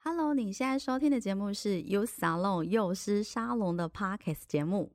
Hello， 你现在收听的节目是 Youth Salon 幼师沙龙的 Podcast 节目。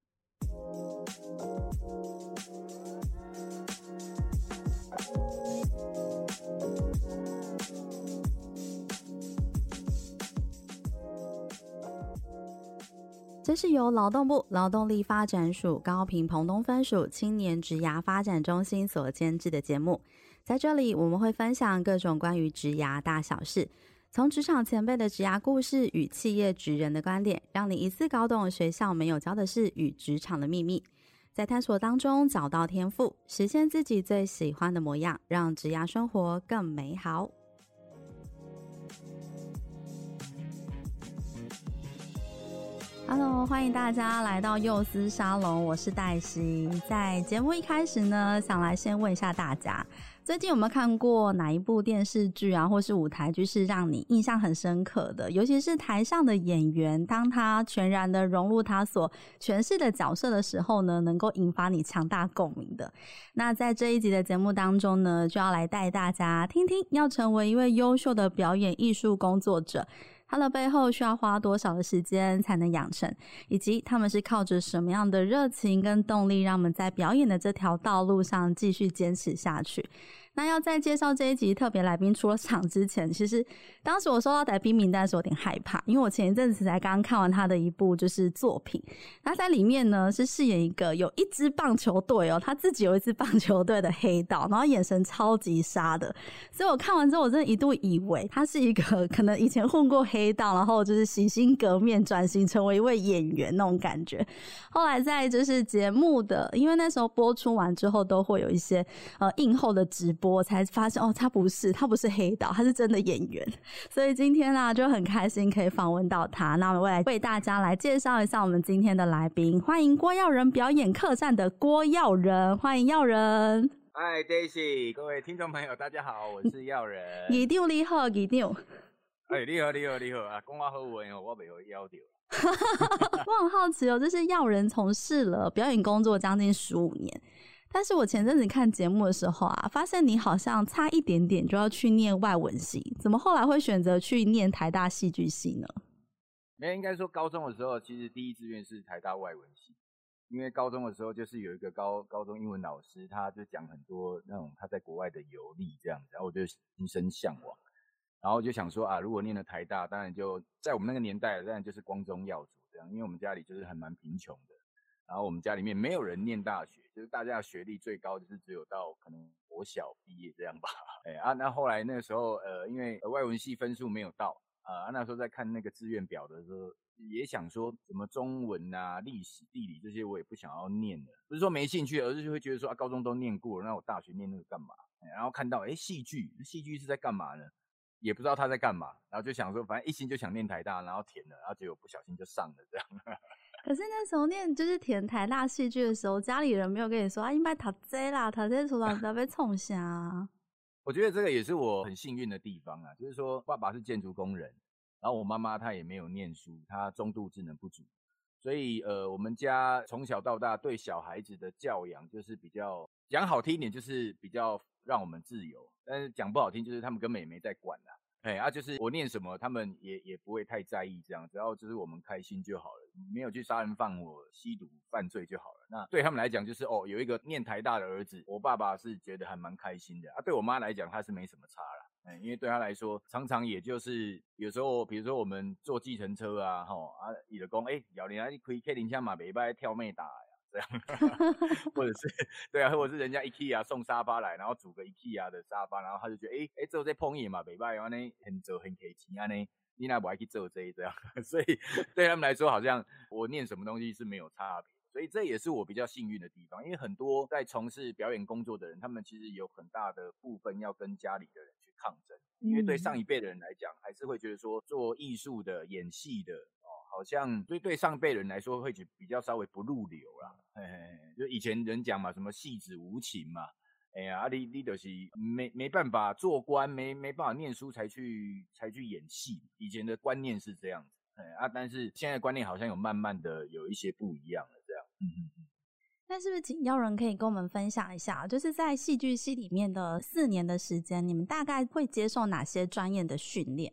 这是由劳动部劳动力发展署高屏澎东分署青年职涯发展中心所监制的节目。在这里，我们会分享各种关于职涯大小事，从职场前辈的职涯故事与企业职人的观点，让你一次搞懂学校没有教的事与职场的秘密，在探索当中找到天赋，实现自己最喜欢的模样，让职涯生活更美好。Hello， 欢迎大家来到幼师沙龙，我是黛西。在节目一开始呢，想来先问一下大家，最近有没有看过哪一部电视剧啊，或是舞台剧是让你印象很深刻的？尤其是台上的演员，当他全然的融入他所诠释的角色的时候呢，能够引发你强大共鸣的。那在这一集的节目当中呢，就要来带大家听听，要成为一位优秀的表演艺术工作者，它的背后需要花多少的时间才能养成，以及他们是靠着什么样的热情跟动力，让我们在表演的这条道路上继续坚持下去。那要在介绍这一集特别来宾出了场之前，其实当时我收到来宾名单的时候有点害怕，因为我前一阵子才刚刚看完他的一部就是作品，他在里面呢是饰演一个有一支棒球队哦，他自己有一支棒球队的黑道，然后眼神超级杀的，所以我看完之后我真的一度以为他是一个可能以前混过黑道，然后就是洗心革面转型成为一位演员那种感觉。后来在就是节目的，因为那时候播出完之后都会有一些映后的直播，我才发现哦，他不是黑道，他是真的演员。所以今天啊就很开心可以访问到他。那我们未来为大家来介绍一下我们今天的来宾，欢迎郭耀仁表演客栈的郭耀仁，欢迎耀仁。 嗨 Daisy， 各位听众朋友大家好，我是耀仁。 议长你好，议长。 你好啊，讲我好文哦，我袂会要到。 我很好奇哦，就是耀仁从事了表演工作将近15年，但是我前阵子看节目的时候啊，发现你好像差一点点就要去念外文系，怎么后来会选择去念台大戏剧系呢？ 应该说高中的时候，其实第一志愿是台大外文系，因为高中的时候就是有一个高中英文老师，他就讲很多那种他在国外的游历这样子，然后我就心生向往，然后就想说啊，如果念了台大，当然就在我们那个年代，当然就是光宗耀祖这样，因为我们家里就是还蛮贫穷的，然后我们家里面没有人念大学，就是大家的学历最高就是只有到可能国小毕业这样吧。那后来那个时候因为外文系分数没有到那时候在看那个志愿表的时候，也想说什么中文啊、历史、地理这些我也不想要念了，不是说没兴趣，而是会觉得说高中都念过了，那我大学念那个干嘛？然后看到戏剧是在干嘛呢？也不知道他在干嘛，然后就想说反正一心就想念台大，然后填了，然后结果不小心就上了这样。 可是那时候念就是填台大戏剧的时候，家里人没有跟你说啊，应该读这啦，读这出来不要被冲下。 我觉得这个也是我很幸运的地方啊，就是说爸爸是建筑工人，然后我妈妈她也没有念书，她中度智能不足，所以我们家从小到大对小孩子的教养就是比较讲好听一点就是比较让我们自由，但是讲不好听就是他们根本也没在管啦。就是我念什么他们也不会太在意这样，只要就是我们开心就好了，没有去杀人放火吸毒犯罪就好了。那对他们来讲就是有一个念台大的儿子，我爸爸是觉得还蛮开心的对我妈来讲她是没什么差啦，因为对她来说常常也就是有时候比如说我们坐计程车啊他就说姚玲你开客人车嘛不要跳妹打这样或者是对啊，或者是人家 IKEA 送沙发来，然后煮个 IKEA 的沙发，然后他就觉得做这碰也嘛不错，这样很做很客气这样你哪不爱去做这样所以对他们来说好像我念什么东西是没有差别，所以这也是我比较幸运的地方，因为很多在从事表演工作的人，他们其实有很大的部分要跟家里的人去抗争，因为对上一辈的人来讲还是会觉得说做艺术的演戏的好像对上辈人来说会比较稍微不入流啦，就以前人讲嘛，什么戏子无情嘛，你就是没办法做官，没办法念书才去演戏，以前的观念是这样子，但是现在的观念好像有慢慢的有一些不一样了，这样。 那是不是请耀仁可以跟我们分享一下，就是在戏剧系里面的4年的时间，你们大概会接受哪些专业的训练呢？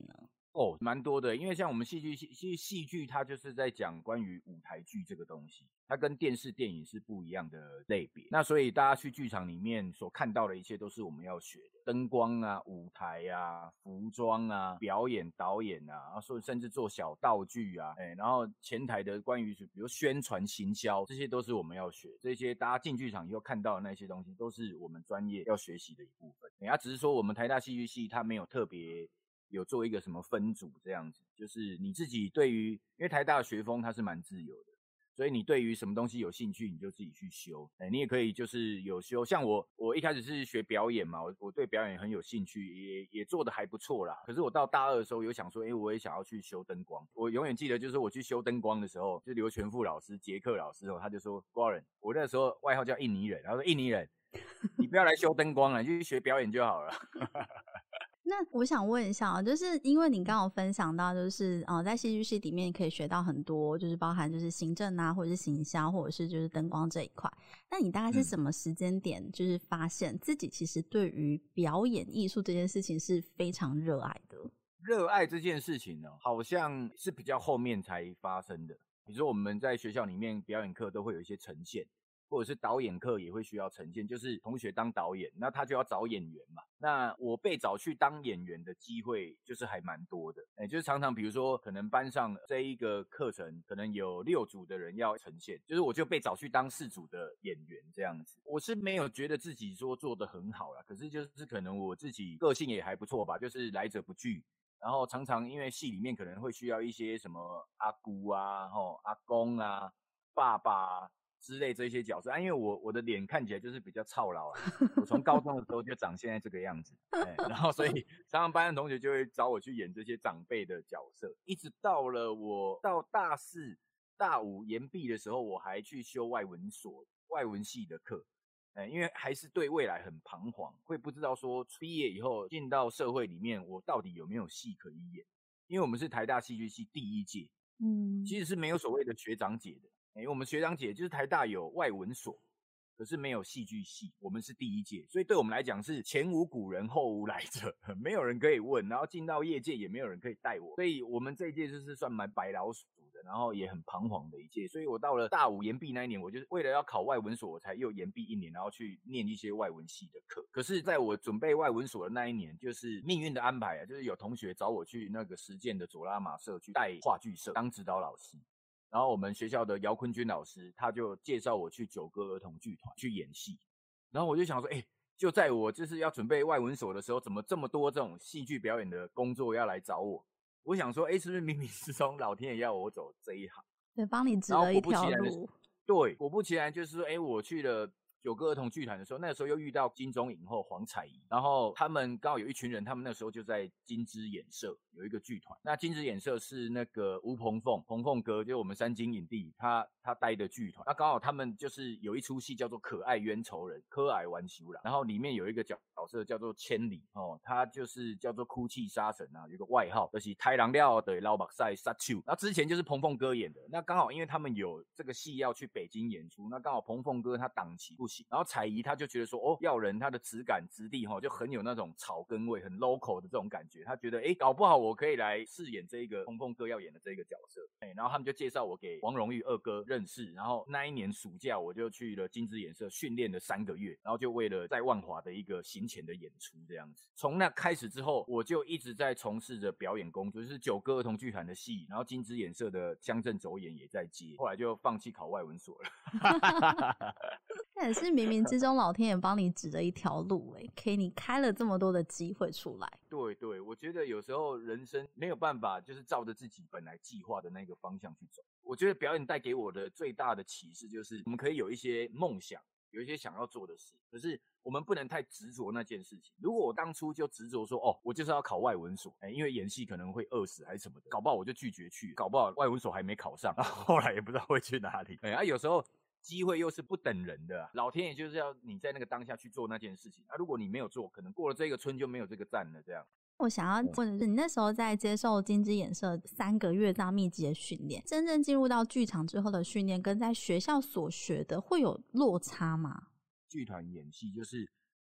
哦，蛮多的，因为像我们戏剧系，其实戏剧它就是在讲关于舞台剧这个东西，它跟电视电影是不一样的类别。那所以大家去剧场里面所看到的一切都是我们要学的，灯光啊、舞台啊、服装啊、表演、导演啊，然后甚至做小道具啊，然后前台的关于比如宣传、行销，这些都是我们要学。这些大家进剧场以后看到的那些东西，都是我们专业要学习的一部分。只是说我们台大戏剧系它没有特别有做一个什么分组这样子，就是你自己对于，因为台大的学风它是蛮自由的，所以你对于什么东西有兴趣，你就自己去修。你也可以就是有修，像我一开始是学表演嘛，我对表演很有兴趣，也做得还不错啦。可是我到大二的时候有想说，我也想要去修灯光。我永远记得，就是我去修灯光的时候，就刘全富老师、杰克老师他就说 ，Warren， 我那时候外号叫印尼人，他说印尼人，你不要来修灯光了，你就去学表演就好了。 那我想问一下啊，就是因为你刚刚有分享到，就是在戏剧系里面可以学到很多，就是包含就是行政啊，或者是行销，或者是就是灯光这一块。那你大概是什么时间点，就是发现自己其实对于表演艺术这件事情是非常热爱的？ 热爱这件事情呢，好像是比较后面才发生的。比如说我们在学校里面表演课都会有一些呈现，或者是导演课也会需要呈现，就是同学当导演，那他就要找演员嘛。那我被找去当演员的机会就是还蛮多的，就是常常比如说可能班上这一个课程可能有6组的人要呈现，就是我就被找去当4组的演员这样子。我是没有觉得自己说做得很好啦，可是就是可能我自己个性也还不错吧，就是来者不拒。然后常常因为戏里面可能会需要一些什么阿姑啊、阿公啊、爸爸啊之类这些角色因为我的脸看起来就是比较操劳我从高中的时候就长现在这个样子，然后所以常常班的同学就会找我去演这些长辈的角色，一直到了我到大4、大5延毕的时候，我还去修外文系的课。因为还是对未来很彷徨，会不知道说毕业以后进到社会里面，我到底有没有戏可以演？因为我们是台大戏剧系第1届，其实是没有所谓的学长姐的。因为我们学长姐就是台大有外文所，可是没有戏剧系，我们是第1届，所以对我们来讲是前无古人后无来者，没有人可以问，然后进到业界也没有人可以带我，所以我们这一届就是算蛮白老鼠的，然后也很彷徨的一届。所以我到了大5延毕那一年，我就是为了要考外文所，我才又延毕1年，然后去念一些外文系的课。可是在我准备外文所的那一年，就是命运的安排就是有同学找我去那个实践的左拉玛社去带话剧社当指导老师。然后我们学校的姚坤君老师他就介绍我去9歌儿童剧团去演戏，然后我就想说就在我就是要准备外文所的时候，怎么这么多这种戏剧表演的工作要来找我？我想说是不是冥冥之中老天爷要我走这一行？ 对，帮你指了一条路。 对，果不其然就是说我去了9歌儿童剧团的时候，那个时候又遇到金钟影后黄彩怡，然后他们刚好有一群人，他们那时候就在金枝演社有一个剧团。那金枝演社是那个吴鹏凤哥，就是我们3金影帝，他带的剧团。那刚好他们就是有一出戏叫做《可爱冤仇人》，可爱玩修啦，然后里面有一个角色叫做千里他就是叫做哭泣杀神有一个外号，就是太郎料的老目屎杀手。那之前就是鹏凤哥演的，那刚好因为他们有这个戏要去北京演出，那刚好鹏凤哥他档期不行，然后彩怡他就觉得说耀仁他的质感质地就很有那种草根味，很 local 的这种感觉，他觉得搞不好我可以来饰演这个鹏凤哥要演的这个角色。然后他们就介绍我给王荣玉2哥认识，然后那一年暑假我就去了金枝演社训练了3个月，然后就为了在万华的一个行前的演出这样子。从那开始之后，我就一直在从事着表演工作，就是9歌儿童剧团的戏，然后金枝演社的乡镇走演也在接，后来就放弃考外文所了。 那也是冥冥之中老天爷帮你指了一条路给你开了这么多的机会出来。 对，我觉得有时候人生没有办法就是照着自己本来计划的那个方向去走。我觉得表演带给我的最大的启示就是我们可以有一些梦想，有一些想要做的事，可是我们不能太执着那件事情。如果我当初就执着说我就是要考外文所因为演戏可能会饿死还是什么的，搞不好我就拒绝去，搞不好外文所还没考上，然后后来也不知道会去哪里。有时候机会又是不等人的老天爷就是要你在那个当下去做那件事情如果你没有做，可能过了这个村就没有这个站了这样。 我想要问的是，你那时候在接受金枝演社3个月这样密集的训练，真正进入到剧场之后的训练跟在学校所学的会有落差吗？ 剧团演戏就是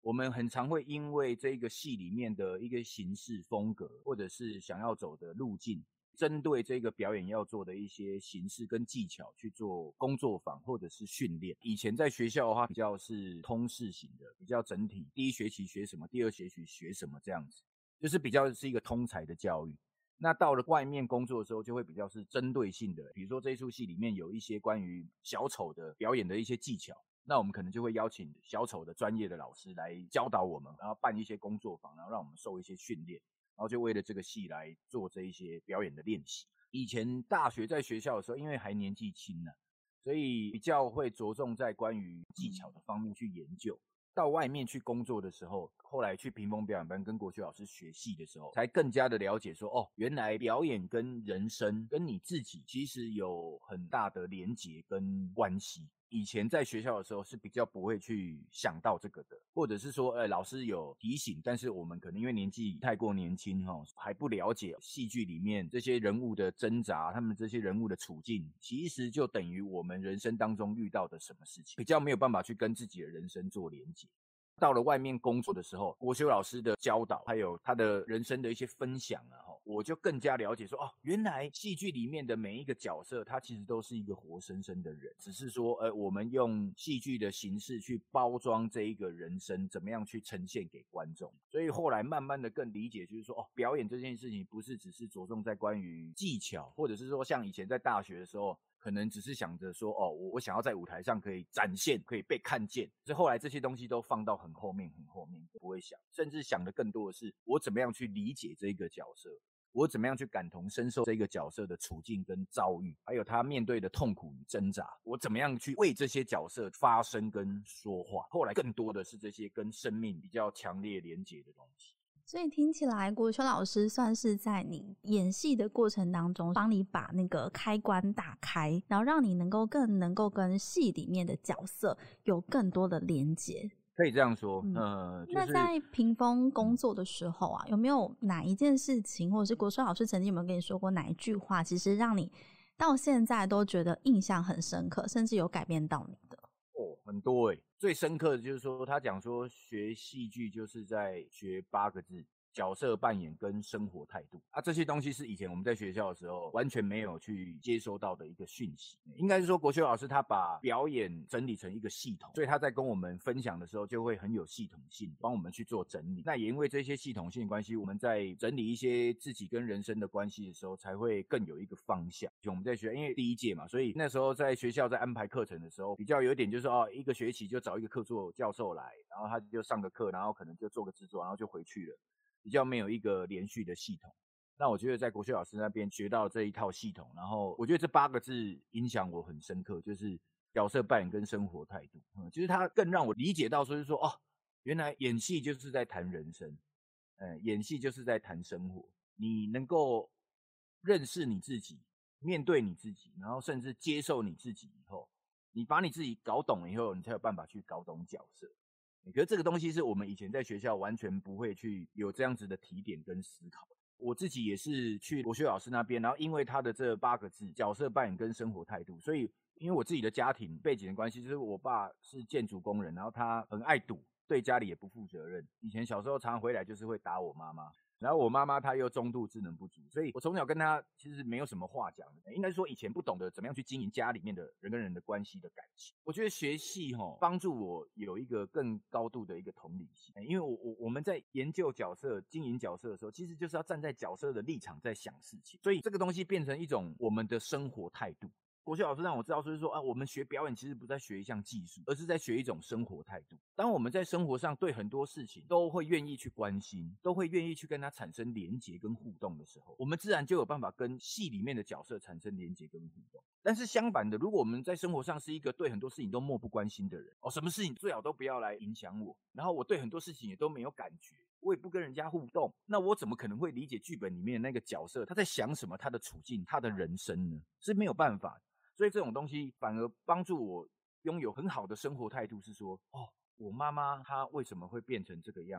我们很常会因为这个戏里面的一个形式风格，或者是想要走的路径，针对这个表演要做的一些形式跟技巧去做工作坊或者是训练。以前在学校的话比较是通识型的，比较整体，第一学期学什么，第二学期学什么这样子，就是比较是一个通才的教育。那到了外面工作的时候，就会比较是针对性的，比如说这一出戏里面有一些关于小丑的表演的一些技巧，那我们可能就会邀请小丑的专业的老师来教导我们，然后办一些工作坊，然后让我们受一些训练，然后就为了这个戏来做这一些表演的练习。以前大学在学校的时候，因为还年纪轻所以比较会着重在关于技巧的方面去研究。到外面去工作的时候，后来去屏风表演班跟国学老师学戏的时候，才更加的了解说，原来表演跟人生跟你自己其实有很大的连结跟关系。以前在学校的时候是比较不会去想到这个的，或者是说老师有提醒，但是我们可能因为年纪太过年轻还不了解戏剧里面这些人物的挣扎，他们这些人物的处境其实就等于我们人生当中遇到的什么事情，比较没有办法去跟自己的人生做连结。到了外面工作的时候，国修老师的教导还有他的人生的一些分享我就更加了解说，原来戏剧里面的每一个角色他其实都是一个活生生的人，只是说我们用戏剧的形式去包装这一个人生，怎么样去呈现给观众。所以后来慢慢的更理解，就是说表演这件事情不是只是着重在关于技巧，或者是说像以前在大学的时候可能只是想着说我想要在舞台上可以展现，可以被看见，所以后来这些东西都放到很后面不会想，甚至想的更多的是我怎么样去理解这个角色，我怎么样去感同身受这个角色的处境跟遭遇，还有他面对的痛苦与挣扎，我怎么样去为这些角色发声跟说话。后来更多的是这些跟生命比较强烈连结的东西。 所以听起来国修老师算是在你演戏的过程当中帮你把那个开关打开，然后让你更能够跟戏里面的角色有更多的连结。 可以这样说。 那在屏风工作的时候有没有哪一件事情，或者是国修老师曾经有没有跟你说过哪一句话，其实让你到现在都觉得印象很深刻，甚至有改变到你的？ 很多最深刻的就是说他讲说学戏剧就是在学8个字，角色扮演跟生活态度这些东西是以前我们在学校的时候完全没有去接收到的一个讯息。应该是说国修老师他把表演整理成一个系统，所以他在跟我们分享的时候就会很有系统性，帮我们去做整理。那也因为这些系统性的关系，我们在整理一些自己跟人生的关系的时候才会更有一个方向。我们在学，因为第一届嘛，所以那时候在学校在安排课程的时候比较有一点就是说一个学期就找一个客座教授来，然后他就上个课，然后可能就做个制作，然后就回去了，比较没有一个连续的系统。那我觉得在国修老师那边学到这一套系统，然后我觉得这8个字影响我很深刻，就是角色扮演跟生活态度。就是他更让我理解到就是说原来演戏就是在谈人生，演戏就是在谈生活。你能够认识你自己，面对你自己，然后甚至接受你自己以后，你把你自己搞懂以后，你才有办法去搞懂角色。可是这个东西是我们以前在学校完全不会去有这样子的提点跟思考。我自己也是去国学老师那边，然后因为他的这8个字角色扮演跟生活态度，所以因为我自己的家庭背景的关系，就是我爸是建筑工人，然后他很爱赌，对家里也不负责任，以前小时候常常回来就是会打我妈妈，然后我妈妈她又中度智能不足，所以我从小跟她其实没有什么话讲的，应该说以前不懂得怎么样去经营家里面的人跟人的关系的感情。我觉得学戏帮助我有一个更高度的一个同理心，因为我们在研究角色经营角色的时候，其实就是要站在角色的立场在想事情，所以这个东西变成一种我们的生活态度。国学老师让我知道就是说我们学表演其实不在学一项技术，而是在学一种生活态度。当我们在生活上对很多事情都会愿意去关心，都会愿意去跟它产生连结跟互动的时候，我们自然就有办法跟戏里面的角色产生连结跟互动。但是相反的，如果我们在生活上是一个对很多事情都漠不关心的人什么事情最好都不要来影响我，然后我对很多事情也都没有感觉，我也不跟人家互动，那我怎么可能会理解剧本里面的那个角色他在想什么，他的处境，他的人生呢？是没有办法。所以这种东西反而帮助我拥有很好的生活态度，是说我妈妈她为什么会变成这个样子，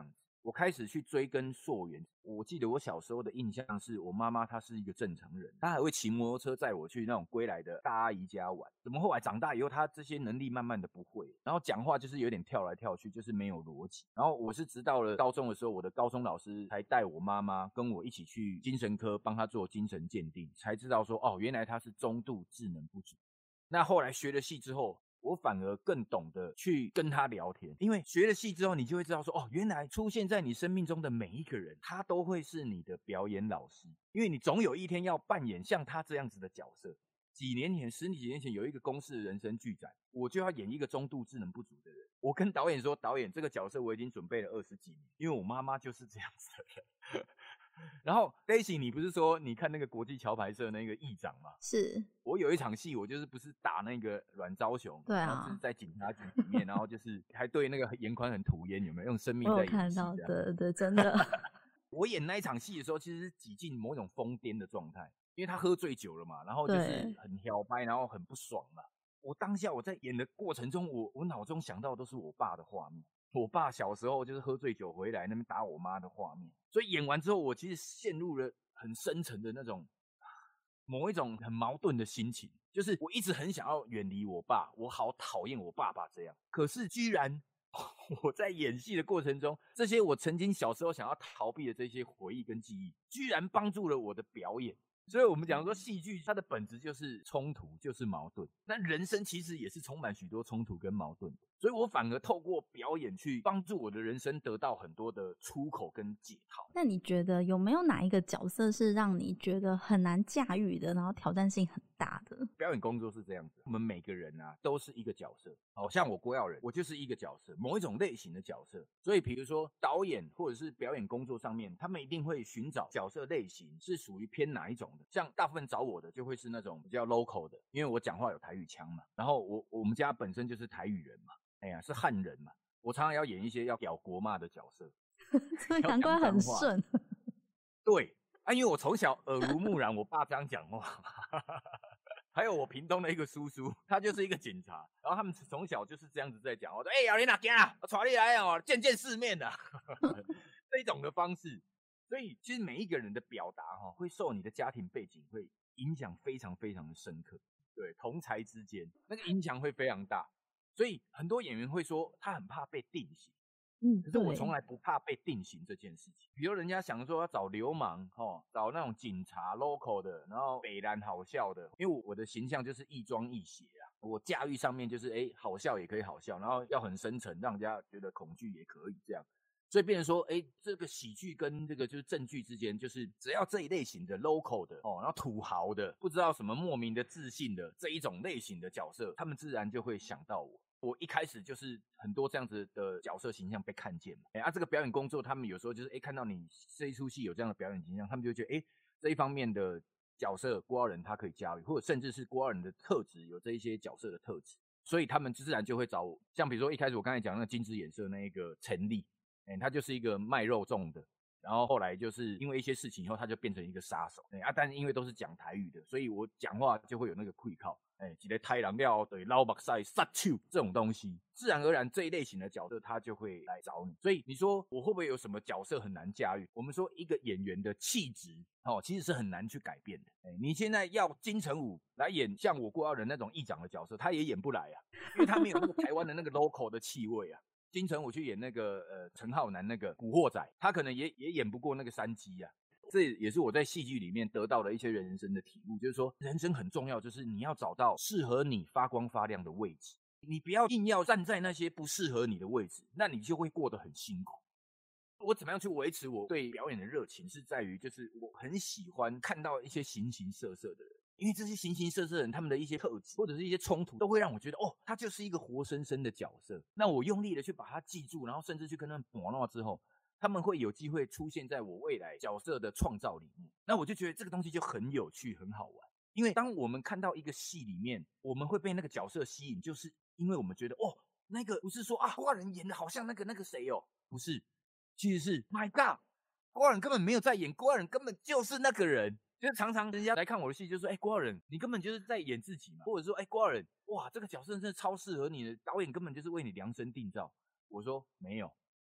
我开始去追根溯源。我记得我小时候的印象是我妈妈她是一个正常人，她还会骑摩托车载我去那种归来的大阿姨家玩。怎么后来长大以后，她这些能力慢慢的不会，然后讲话就是有点跳来跳去，就是没有逻辑。然后我是直到了高中的时候，我的高中老师才带我妈妈跟我一起去精神科帮她做精神鉴定，才知道说哦，原来她是中度智能不足。那后来学了戏之后，我反而更懂得去跟他聊天，因为学了戏之后，你就会知道说，哦，原来出现在你生命中的每一个人，他都会是你的表演老师，因为你总有一天要扮演像他这样子的角色。几年前，十几年前有一个公视人生剧展，我就要演一个中度智能不足的人。我跟导演说，导演这个角色我已经准备了20几年，因为我妈妈就是这样子的人。然后 Daisy， 你不是说你看那个国际桥牌社那个议长吗？ 是我有一场戏，我就是不是打那个阮昭雄， 对啊， 然后就是在警察局里面，然后就是还对那个严宽很吐烟，有没有用生命我在演戏？ 有看到，对对，真的。 我演那一场戏的时候，其实是挤进某种疯癫的状态，因为他喝醉酒了嘛，然后就是很摇摆，然后很不爽嘛。我当下我在演的过程中，我脑中想到的都是我爸的画面。我爸小时候就是喝醉酒回来那边打我妈的画面，所以演完之后，我其实陷入了很深沉的那种某一种很矛盾的心情，就是我一直很想要远离我爸，我好讨厌我爸爸这样，可是居然我在演戏的过程中，这些我曾经小时候想要逃避的这些回忆跟记忆，居然帮助了我的表演。所以我们讲说戏剧它的本质就是冲突，就是矛盾。那人生其实也是充满许多冲突跟矛盾的，所以我反而透过表演去帮助我的人生得到很多的出口跟解套。 那你觉得有没有哪一个角色是让你觉得很难驾驭的，然后挑战性很大的？ 表演工作是这样子，我们每个人啊都是一个角色。好像我郭耀仁，我就是一个角色，某一种类型的角色。所以比如说导演或者是表演工作上面，他们一定会寻找角色类型是属于偏哪一种的。像大部分找我的就会是那种比较 local 的，因为我讲话有台语腔嘛，然后我们家本身就是台语人嘛，哎呀是汉人嘛，我常常要演一些要屌国骂的角色， 所以难怪很顺。 对啊，因为我从小耳濡目染，我爸这样讲话。还有我屏东的一个叔叔，他就是一个警察，然后他们从小就是这样子在讲，我说姚玲啊，行啊，我带你来哦，见见世面的这种的方式。所以其实每一个人的表达会受你的家庭背景会影响非常非常的深刻，对，同才之间那个影响会非常大。所以很多演员会说他很怕被定型，可是我从来不怕被定型这件事情。比如人家想说要找流氓找那种警察 local 的，然后北蓝好笑的，因为我的形象就是亦庄亦谐啊，我驾驭上面就是好笑也可以好笑，然后要很深沉，让人家觉得恐惧也可以这样。所以变成说这个喜剧跟这个就是正剧之间，就是只要这一类型的 local 的然后土豪的，不知道什么莫名的自信的这一种类型的角色，他们自然就会想到我。我一开始就是很多这样子的角色形象被看见嘛，这个表演工作他们有时候就是看到你这一出戏有这样的表演形象，他们就觉得这一方面的角色郭耀仁他可以驾驭，或者甚至是郭耀仁的特质有这一些角色的特质，所以他们自然就会找我。像比如说一开始我刚才讲那个金枝演社那一个陈立，他就是一个卖肉粽的，然后后来就是因为一些事情以后他就变成一个杀手，但是因为都是讲台语的，所以我讲话就会有那个气口，一个太人了对老目屎杀手这种东西，自然而然这一类型的角色他就会来找你。所以你说我会不会有什么角色很难驾驭？我们说一个演员的气质其实是很难去改变的。你现在要金城武来演像我郭耀仁那种议长的角色，他也演不来啊，因为他没有那个台湾的那个 local 的气味啊。金城武去演那个陈浩南那个古惑仔，他可能也演不过那个山鸡啊。这也是我在戏剧里面得到的一些人生的体悟，就是说人生很重要，就是你要找到适合你发光发亮的位置，你不要硬要站在那些不适合你的位置，那你就会过得很辛苦。我怎么样去维持我对表演的热情，是在于就是我很喜欢看到一些形形色色的人，因为这些形形色色的人，他们的一些特质或者是一些冲突，都会让我觉得他就是一个活生生的角色。那我用力的去把它记住，然后甚至去跟他们磨弄之后，他们会有机会出现在我未来角色的创造里面。那我就觉得这个东西就很有趣很好玩。因为当我们看到一个戏里面，我们会被那个角色吸引，就是因为我们觉得那个不是说郭耀仁演的好像那个谁不是，其实是 My God， 郭耀仁根本没有在演，郭耀仁根本就是那个人。就是常常人家来看我的戏，就说郭耀仁你根本就是在演自己嘛，或者说郭耀仁哇这个角色真的超适合你的，导演根本就是为你量身定造。我说没有，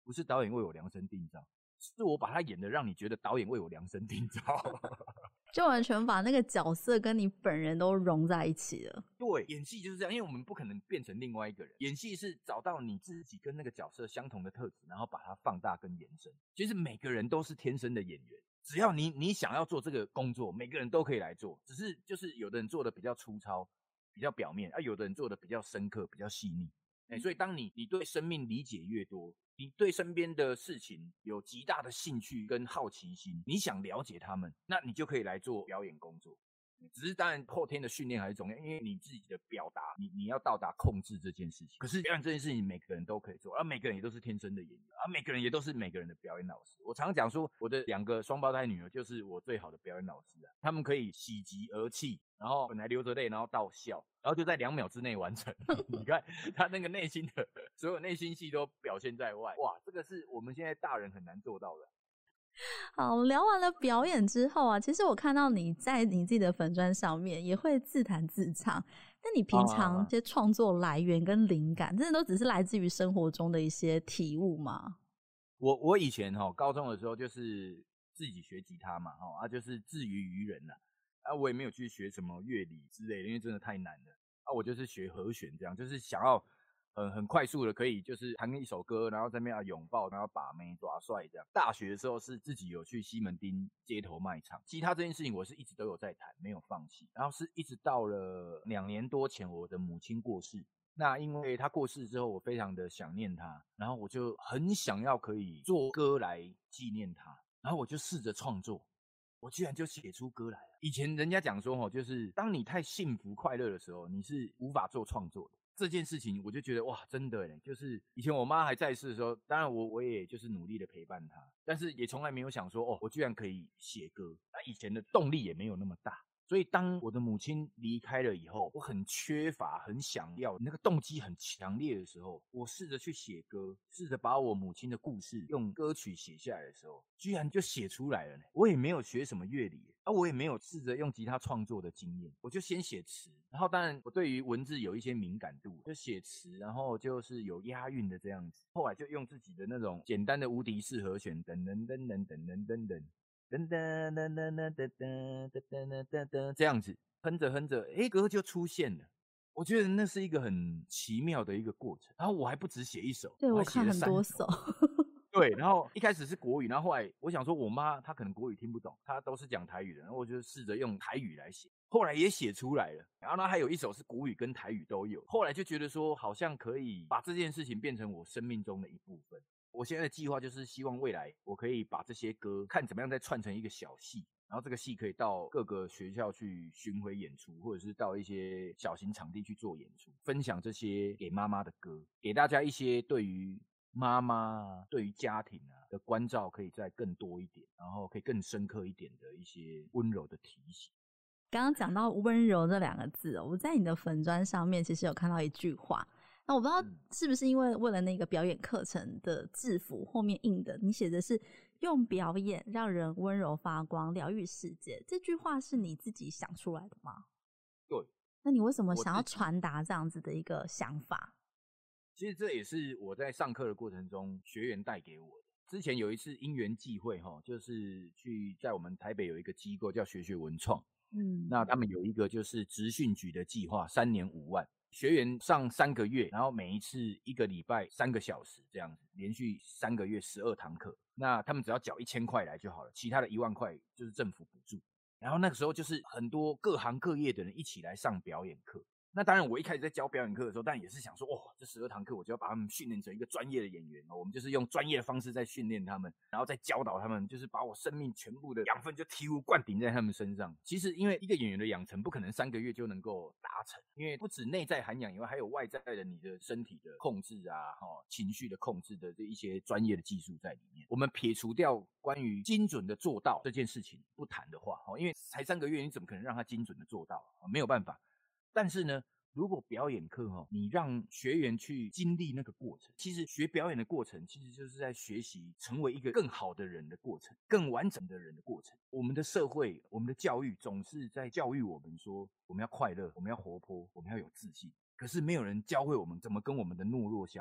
不是导演为我量身定造，是我把他演的让你觉得导演为我量身定造。 就完全把那个角色跟你本人都融在一起了。 对，演戏就是这样，因为我们不可能变成另外一个人，演戏是找到你自己跟那个角色相同的特质，然后把它放大跟延伸。其实每个人都是天生的演员，只要你想要做这个工作，每个人都可以来做，只是就是有的人做的比较粗糙，比较表面，有的人做的比较深刻，比较细腻。所以当你对生命理解越多，你对身边的事情有极大的兴趣跟好奇心，你想了解他们，那你就可以来做表演工作。只是当然后天的训练还是重要，因为你自己的表达，你要到达控制这件事情。可是表演这件事情每个人都可以做，而每个人也都是天生的演员，而每个人也都是每个人的表演老师。我常常讲说，我的2个双胞胎女儿就是我最好的表演老师啊，他们可以喜极而泣，然后本来流着泪，然后到笑，然后就在2秒之内完成。你看他那个内心的所有内心戏都表现在外，哇，这个是我们现在大人很难做到的。 好，聊完了表演之后啊，其实我看到你在你自己的粉专上面也会自弹自唱。那你平常这些创作来源跟灵感，真的都只是来自于生活中的一些体悟吗？ 我以前高中的时候就是自己学吉他嘛，就是自娱于人啦。我也没有去学什么乐理之类的，因为真的太难了。我就是学和弦这样，就是想要很快速的可以就是弹一首歌，然后在那边拥抱，然后把妹耍帅这样。大学的时候是自己有去西门町街头卖唱，吉他这件事情我是一直都有在弹，没有放弃。然后是一直到了2年多前，我的母亲过世。那因为她过世之后，我非常的想念她，然后我就很想要可以做歌来纪念她，然后我就试着创作。我居然就写出歌来了。以前人家讲说就是当你太幸福快乐的时候，你是无法做创作的。这件事情我就觉得哇，真的耶，就是以前我妈还在世的时候，当然我也就是努力的陪伴她，但是也从来没有想说我居然可以写歌。那以前的动力也没有那么大。所以当我的母亲离开了以后，我很缺乏，很想要，那个动机很强烈的时候，我试着去写歌，试着把我母亲的故事用歌曲写下来的时候，居然就写出来了呢。我也没有学什么乐理，我也没有试着用吉他创作的经验，我就先写词，然后当然我对于文字有一些敏感度，就写词，然后就是有押韵的这样子。后来就用自己的那种简单的无敌式和弦，噔噔噔噔噔噔噔噔。噔噔噔噔噔噔噔噔噔噔，这样子哼着哼着，歌就出现了。我觉得那是一个很奇妙的一个过程。然后我还不止写1首， 对， 我还写了我看很多 3首。 首。 对，然后一开始是国语，然后后来我想说我妈她可能国语听不懂，她都是讲台语的，然后我就试着用台语来写，后来也写出来了。然后呢还有1首是国语跟台语都有，后来就觉得说好像可以把这件事情变成我生命中的一部分。我现在的计划就是希望未来我可以把这些歌看怎么样再串成一个小戏，然后这个戏可以到各个学校去巡回演出，或者是到一些小型场地去做演出，分享这些给妈妈的歌，给大家一些对于妈妈对于家庭的关照可以再更多一点，然后可以更深刻一点的一些温柔的提醒。 刚刚讲到温柔这2个字我在你的粉专上面其实有看到一句话，那我不知道是不是因为了那个表演课程的制服后面印的，你写的是用表演让人温柔发光，疗愈世界。这句话是你自己想出来的吗？ 对。 那你为什么想要传达这样子的一个想法？ 其实这也是我在上课的过程中学员带给我的。之前有一次因缘际会就是在我们台北有一个机构叫学学文创，那他们有一个就是职训局的计划，3年5万，学员上3个月，然后每一次1个礼拜3个小时这样子，连续3个月12堂课。那他们只要缴1000块来就好了，其他的1万块就是政府补助。然后那个时候就是很多各行各业的人一起来上表演课。那当然我一开始在教表演课的时候，但也是想说这12堂课我就要把他们训练成一个专业的演员，我们就是用专业的方式在训练他们，然后再教导他们，就是把我生命全部的养分就醍醐灌顶在他们身上。其实因为一个演员的养成不可能3个月就能够达成，因为不止内在涵养以外，还有外在的你的身体的控制情绪的控制的这一些专业的技术在里面。我们撇除掉关于精准的做到这件事情不谈的话，因为才3个月你怎么可能让他精准的做到？没有办法。但是呢，如果表演课你让学员去经历那个过程，其实学表演的过程其实就是在学习成为一个更好的人的过程，更完整的人的过程。我们的社会，我们的教育总是在教育我们说我们要快乐，我们要活泼，我们要有自信，可是没有人教会我们怎么跟我们的懦弱相处。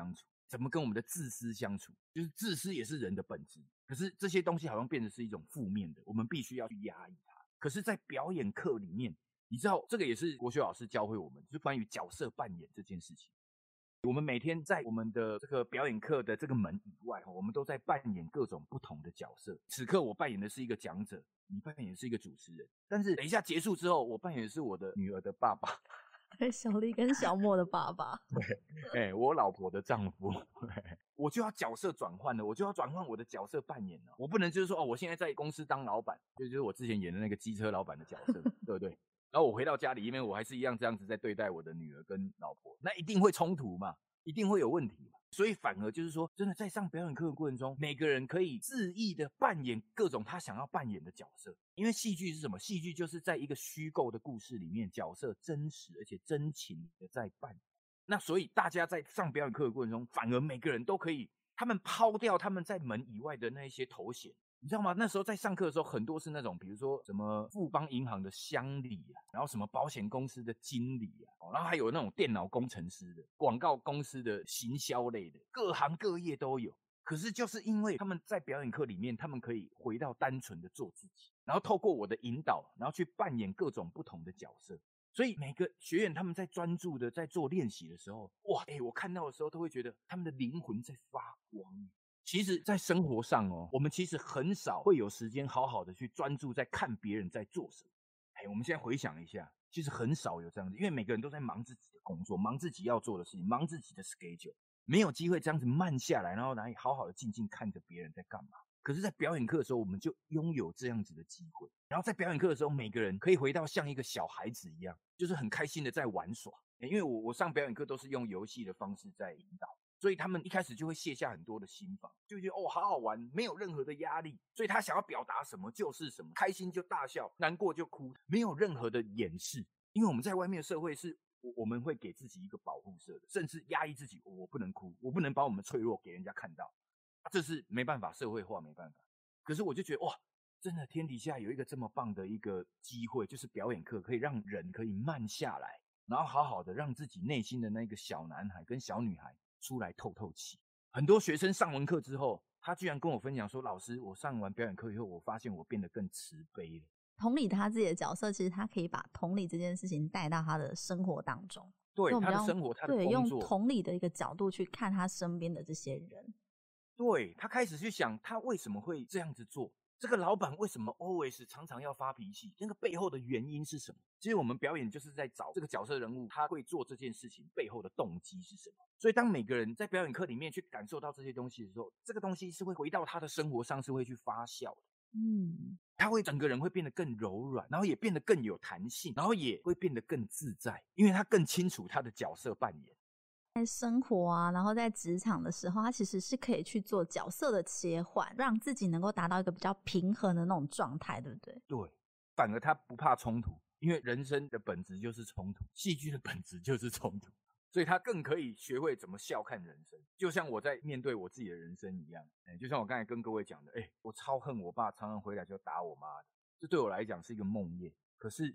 怎么跟我们的自私相处，就是自私也是人的本质。可是这些东西好像变成是一种负面的，我们必须要去压抑它。可是在表演课里面，你知道这个也是国学老师教会我们，就是关于角色扮演这件事情。我们每天在我们的这个表演课的这个门以外，我们都在扮演各种不同的角色。此刻我扮演的是一个讲者，你扮演的是一个主持人，但是等一下结束之后，我扮演的是我的女儿的爸爸， 小丽跟小莫的爸爸， 对，我老婆的丈夫，我就要角色转换了，我就要转换我的角色扮演了。我不能就是说我现在在公司当老板，就是我之前演的那个机车老板的角色，对不对？然后我回到家里，因为我还是一样这样子在对待我的女儿跟老婆，那一定会冲突嘛，一定会有问题嘛。所以反而就是说，真的在上表演课的过程中，每个人可以恣意的扮演各种他想要扮演的角色。因为戏剧是什么？戏剧就是在一个虚构的故事里面，角色真实而且真情的在扮演。那所以大家在上表演课的过程中，反而每个人都可以，他们抛掉他们在门以外的那一些头衔。你知道吗？那时候在上课的时候，很多是那种，比如说什么富邦银行的乡里啊，然后什么保险公司的经理啊，然后还有那种电脑工程师的、广告公司的行销类的，各行各业都有。可是就是因为他们在表演课里面，他们可以回到单纯的做自己，然后透过我的引导，然后去扮演各种不同的角色。所以每个学员他们在专注的在做练习的时候，哇，我看到的时候都会觉得他们的灵魂在发光。其实在生活上我们其实很少会有时间好好的去专注在看别人在做什么。我们现在回想一下，其实很少有这样子，因为每个人都在忙自己的工作，忙自己要做的事情，忙自己的 schedule， 没有机会这样子慢下来，然后来好好的静静看着别人在干嘛。可是在表演课的时候，我们就拥有这样子的机会，然后在表演课的时候，每个人可以回到像一个小孩子一样，就是很开心的在玩耍。因为我上表演课都是用游戏的方式在引导，所以他们一开始就会卸下很多的心防，就觉得好好玩，没有任何的压力，所以他想要表达什么就是什么，开心就大笑，难过就哭，没有任何的掩饰。因为我们在外面的社会是我们会给自己一个保护色的，甚至压抑自己，我不能哭，我不能把我们脆弱给人家看到，这是没办法，社会化没办法。可是我就觉得真的天底下有一个这么棒的一个机会，就是表演课可以让人可以慢下来，然后好好的让自己内心的那个小男孩跟小女孩出来透透气。很多学生上完课之后，他居然跟我分享说，老师，我上完表演课以后，我发现我变得更慈悲了。 同理他自己的角色，其实他可以把同理这件事情带到他的生活当中。 对，他的生活，他的工作， 用同理的一个角度去看他身边的这些人。 对，他开始去想他为什么会这样子做，这个老板为什么 always 常常要发脾气，那个背后的原因是什么。其实我们表演就是在找这个角色人物他会做这件事情背后的动机是什么。所以当每个人在表演课里面去感受到这些东西的时候，这个东西是会回到他的生活上，是会去发酵的。他会整个人会变得更柔软，然后也变得更有弹性，然后也会变得更自在，因为他更清楚他的角色扮演。 在生活啊，然后在职场的时候，他其实是可以去做角色的切换，让自己能够达到一个比较平衡的那种状态，对不对？ 对，反而他不怕冲突，因为人生的本质就是冲突，戏剧的本质就是冲突，所以他更可以学会怎么笑看人生。就像我在面对我自己的人生一样，就像我刚才跟各位讲的，我超恨我爸常常回来就打我妈的，这对我来讲是一个梦魇。可是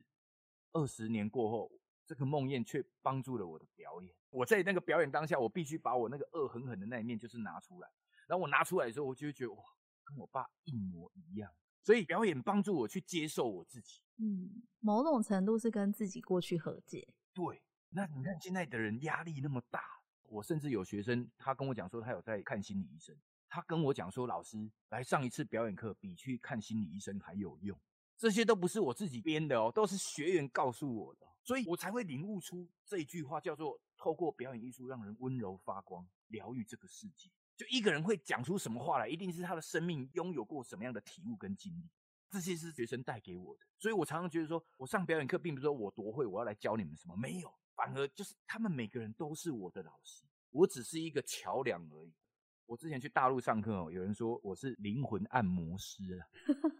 20年过后，这个梦魇却帮助了我的表演。我在那个表演当下，我必须把我那个恶狠狠的那一面就是拿出来，然后我拿出来的时候，我就会觉得哇，跟我爸一模一样。所以表演帮助我去接受我自己， 某种程度是跟自己过去和解。 对，那你看现在的人压力那么大，我甚至有学生他跟我讲说他有在看心理医生，他跟我讲说，老师，来上一次表演课比去看心理医生还有用。这些都不是我自己编的都是学员告诉我的，所以我才会领悟出这一句话，叫做透过表演艺术让人温柔发光，疗愈这个世界。就一个人会讲出什么话来，一定是他的生命拥有过什么样的体悟跟经历，这些是学生带给我的。所以我常常觉得说，我上表演课并不是说我多会，我要来教你们什么，没有，反而就是他们每个人都是我的老师，我只是一个桥梁而已。我之前去大陆上课有人说我是灵魂按摩师啊。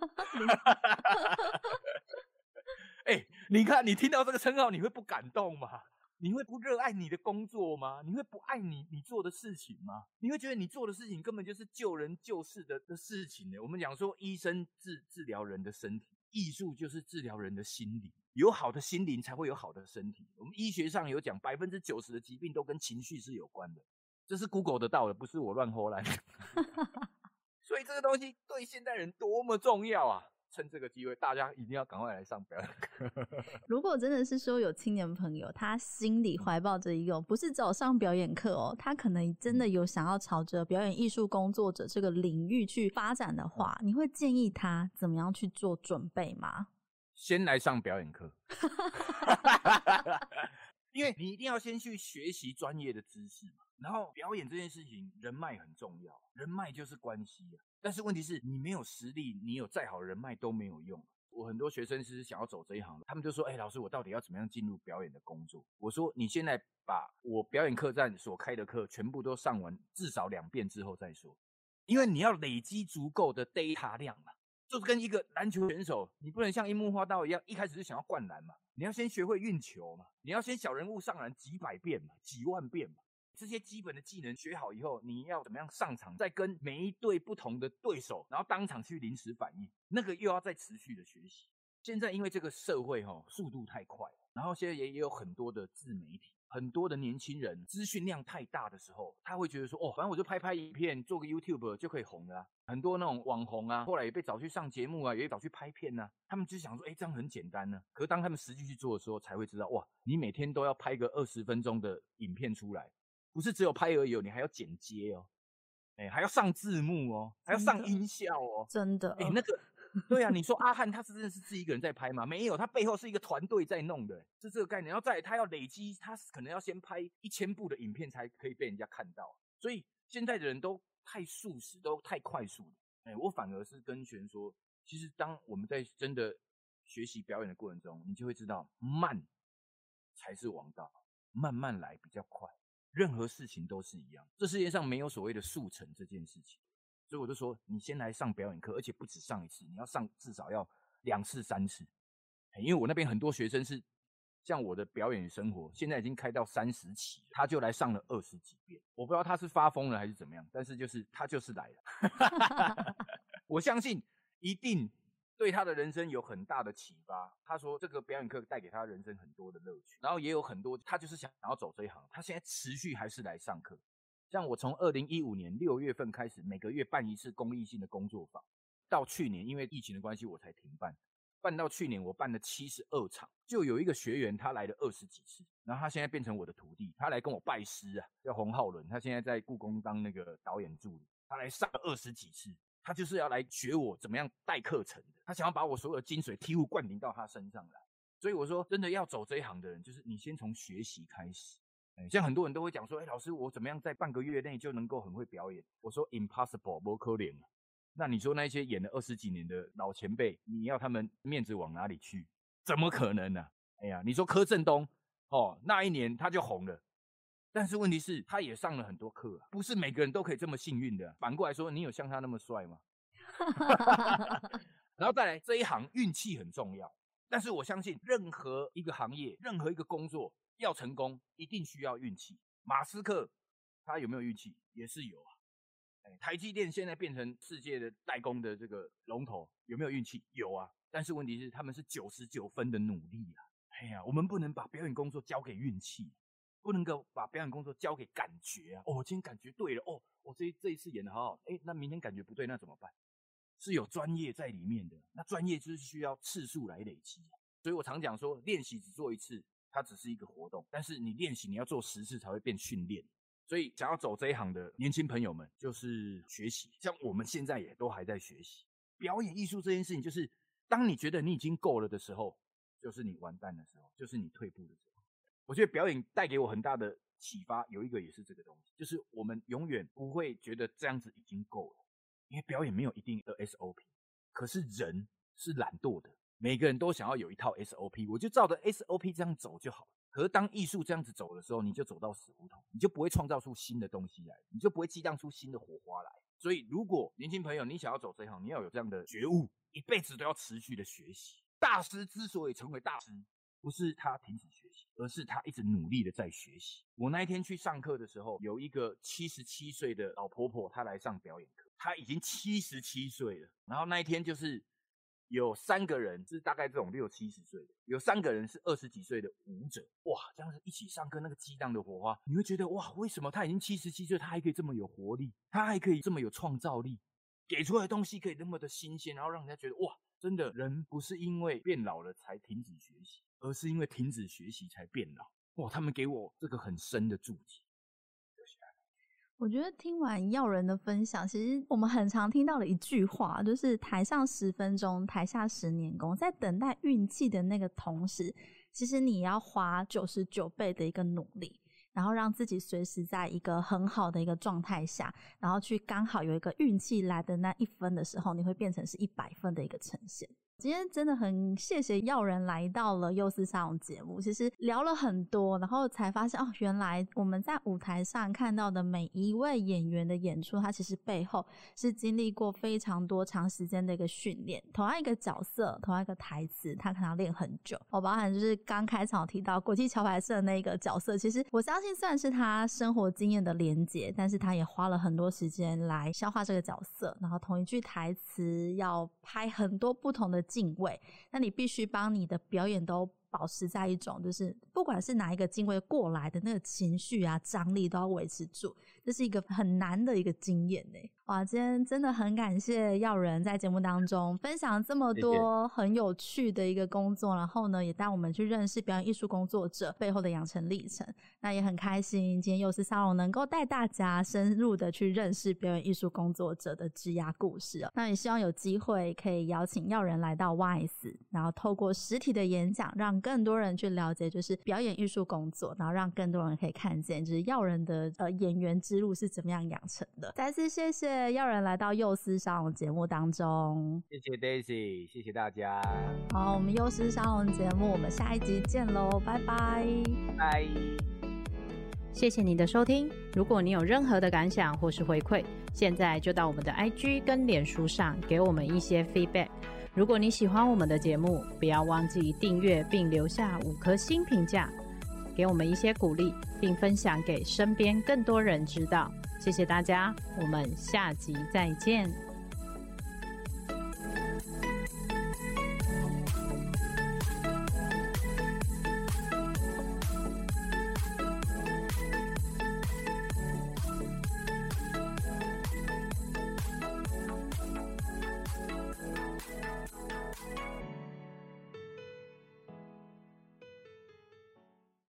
你看你听到这个称号，你会不感动吗？你会不热爱你的工作吗？你会不爱你做的事情吗？你会觉得你做的事情根本就是救人救世的事情呢？我们讲说医生治疗人的身体，艺术就是治疗人的心灵，有好的心灵才会有好的身体。我们医学上有讲90%的疾病都跟情绪是有关的， 这是 Google 得到的，不是我乱胡乱。所以这个东西对现代人多么重要啊！趁这个机会，大家一定要赶快来上表演课。 如果真的是说有青年朋友，他心里怀抱着一个不是只有上表演课哦，他可能真的有想要朝着表演艺术工作者这个领域去发展的话，你会建议他怎么样去做准备吗？ 先来上表演课。因为你一定要先去学习专业的知识嘛，然后表演这件事情人脉很重要，人脉就是关系啊。但是问题是你没有实力，你有再好的人脉都没有用。我很多学生是想要走这一行的，他们就说老师我到底要怎么样进入表演的工作？我说你现在把我表演客栈所开的课全部都上完至少2遍之后再说，因为你要累积足够的 data 量嘛。就是跟一个篮球选手，你不能像樱木花道一样，一开始就想要灌篮嘛，你要先学会运球嘛，你要先小人物上篮几百遍嘛，几万遍嘛，这些基本的技能学好以后，你要怎么样上场，再跟每一队不同的对手，然后当场去临时反应，那个又要再持续的学习。现在因为这个社会速度太快，然后现在也有很多的自媒体，很多的年轻人资讯量太大的时候，他会觉得说反正我就拍影片，做个 YouTube 就可以红了啊。很多那种网红啊，后来也被找去上节目啊，也被找去拍片啊，他们就想说这样很简单呢。可是当他们实际去做的时候，才会知道哇，你每天都要拍个20分钟的影片出来，不是只有拍而已，你还要剪接哦，还要上字幕哦，还要上音效哦， 真的那个对啊，你说阿汉他是真的是自己一个人在拍吗？没有，他背后是一个团队在弄的，是这个概念。然后再来他要累积，他可能要先拍1000部的影片才可以被人家看到。所以现在的人都太速食，都太快速了。我反而是跟学生说，其实当我们在真的学习表演的过程中，你就会知道慢才是王道，慢慢来比较快。任何事情都是一样，这世界上没有所谓的速成这件事情。所以我就说，你先来上表演课，而且不止上1次，你要上至少要2次、3次。因为我那边很多学生是像我的表演生活，现在已经开到30期，他就来上了20几遍。我不知道他是发疯了还是怎么样，但是他就是来了。我相信一定对他的人生有很大的启发。他说这个表演课带给他人生很多的乐趣，然后也有很多他就是想要走这一行，他现在持续还是来上课。像我从2015年6月份开始，每个月办1次公益性的工作坊，到去年因为疫情的关系我才停办，办到去年我办了72场，就有一个学员他来了20几次，然后他现在变成我的徒弟，他来跟我拜师啊，叫洪浩伦，他现在在故宫当那个导演助理，他来上了20几次，他就是要来学我怎么样带课程的，他想要把我所有的精髓醍醐灌顶到他身上来。所以我说真的要走这一行的人，就是你先从学习开始。像很多人都会讲说老师我怎么样在半个月内就能够很会表演，我说 impossible 不可能。那你说那些演了20几年的老前辈，你要他们面子往哪里去？怎么可能呢？你说柯震东那一年他就红了，但是问题是他也上了很多课啊，不是每个人都可以这么幸运的。反过来说，你有像他那么帅吗？然后再来，这一行运气很重要，但是我相信任何一个行业，任何一个工作要成功，一定需要运气。马斯克他有没有运气？也是有啊。台积电现在变成世界的代工的这个龙头，有没有运气？有啊。但是问题是他们是99分的努力啊。我们不能把表演工作交给运气，不能够把表演工作交给感觉啊。我今天感觉对了，我这一次演得好好，那明天感觉不对，那怎么办？是有专业在里面的，那专业就是需要次数来累积。所以我常讲说，练习只做1次，它只是一个活动，但是你练习你要做10次才会变训练。所以想要走这一行的年轻朋友们，就是学习，像我们现在也都还在学习。表演艺术这件事情，就是当你觉得你已经够了的时候，就是你完蛋的时候，就是你退步的时候。我觉得表演带给我很大的启发，有一个也是这个东西，就是我们永远不会觉得这样子已经够了，因为表演没有一定的 SOP， 可是人是懒惰的，每个人都想要有一套 SOP， 我就照着 SOP 这样走就好了。可是当艺术这样子走的时候，你就走到死胡同，你就不会创造出新的东西来，你就不会激荡出新的火花来。所以如果年轻朋友你想要走这一行，你要有这样的觉悟，一辈子都要持续的学习。大师之所以成为大师，不是他停止学习，而是他一直努力的在学习。我那一天去上课的时候，有一个77岁的老婆婆，她来上表演课，她已经77岁了。然后那一天就是有3个人是大概这种60、70岁的，有3个人是20几岁的舞者。哇，这样子一起上课，那个激荡的火花，你会觉得哇，为什么他已经77岁，他还可以这么有活力，他还可以这么有创造力，给出来的东西可以那么的新鲜，然后让人家觉得哇，真的人不是因为变老了才停止学习，而是因为停止学习才变老。哇，他们给我这个很深的注解。 我觉得听完耀仁的分享，其实我们很常听到的一句话，就是台上10分钟，台下10年功。在等待运气的那个同时，其实你要花99倍的一个努力，然后让自己随时在一个很好的一个状态下，然后去刚好有一个运气来的那1分的时候，你会变成是100分的一个呈现。今天真的很谢谢耀仁来到了幼师沙龙节目，其实聊了很多，然后才发现哦，原来我们在舞台上看到的每一位演员的演出，他其实背后是经历过非常多长时间的一个训练。同样一个角色，同样一个台词，他可能要练很久。包含就是刚开场提到国际桥牌社的那个角色，其实我相信虽然是他生活经验的连结，但是他也花了很多时间来消化这个角色，然后同一句台词要拍很多不同的敬畏，那你必须帮你的表演都保持在一种就是不管是哪一个敬畏过来的那个情绪啊张力都要维持住，这是一个很难的一个经验耶。哇，今天真的很感谢耀仁在节目当中分享这么多很有趣的一个工作，然后呢也带我们去认识表演艺术工作者背后的养成历程。那也很开心今天幼师沙龙能够带大家深入的去认识表演艺术工作者的职涯故事。那也希望有机会可以邀请耀仁来到 YS， 然后透过实体的演讲让更多人去了解就是表演艺术工作，然后让更多人可以看见就是耀仁的演员之路是怎么样养成的。再次谢谢耀仁来到幼师沙龙节目当中。 谢谢 Daisy， 谢谢大家。 好，我们幼师沙龙节目我们下一集见咯，拜拜拜。 谢谢你的收听，如果你有任何的感想或是回馈，现在就到我们的 IG 跟脸书上给我们一些 feedback。如果你喜欢我们的节目，不要忘记订阅并留下5颗星评价，给我们一些鼓励，并分享给身边更多人知道。谢谢大家，我们下集再见。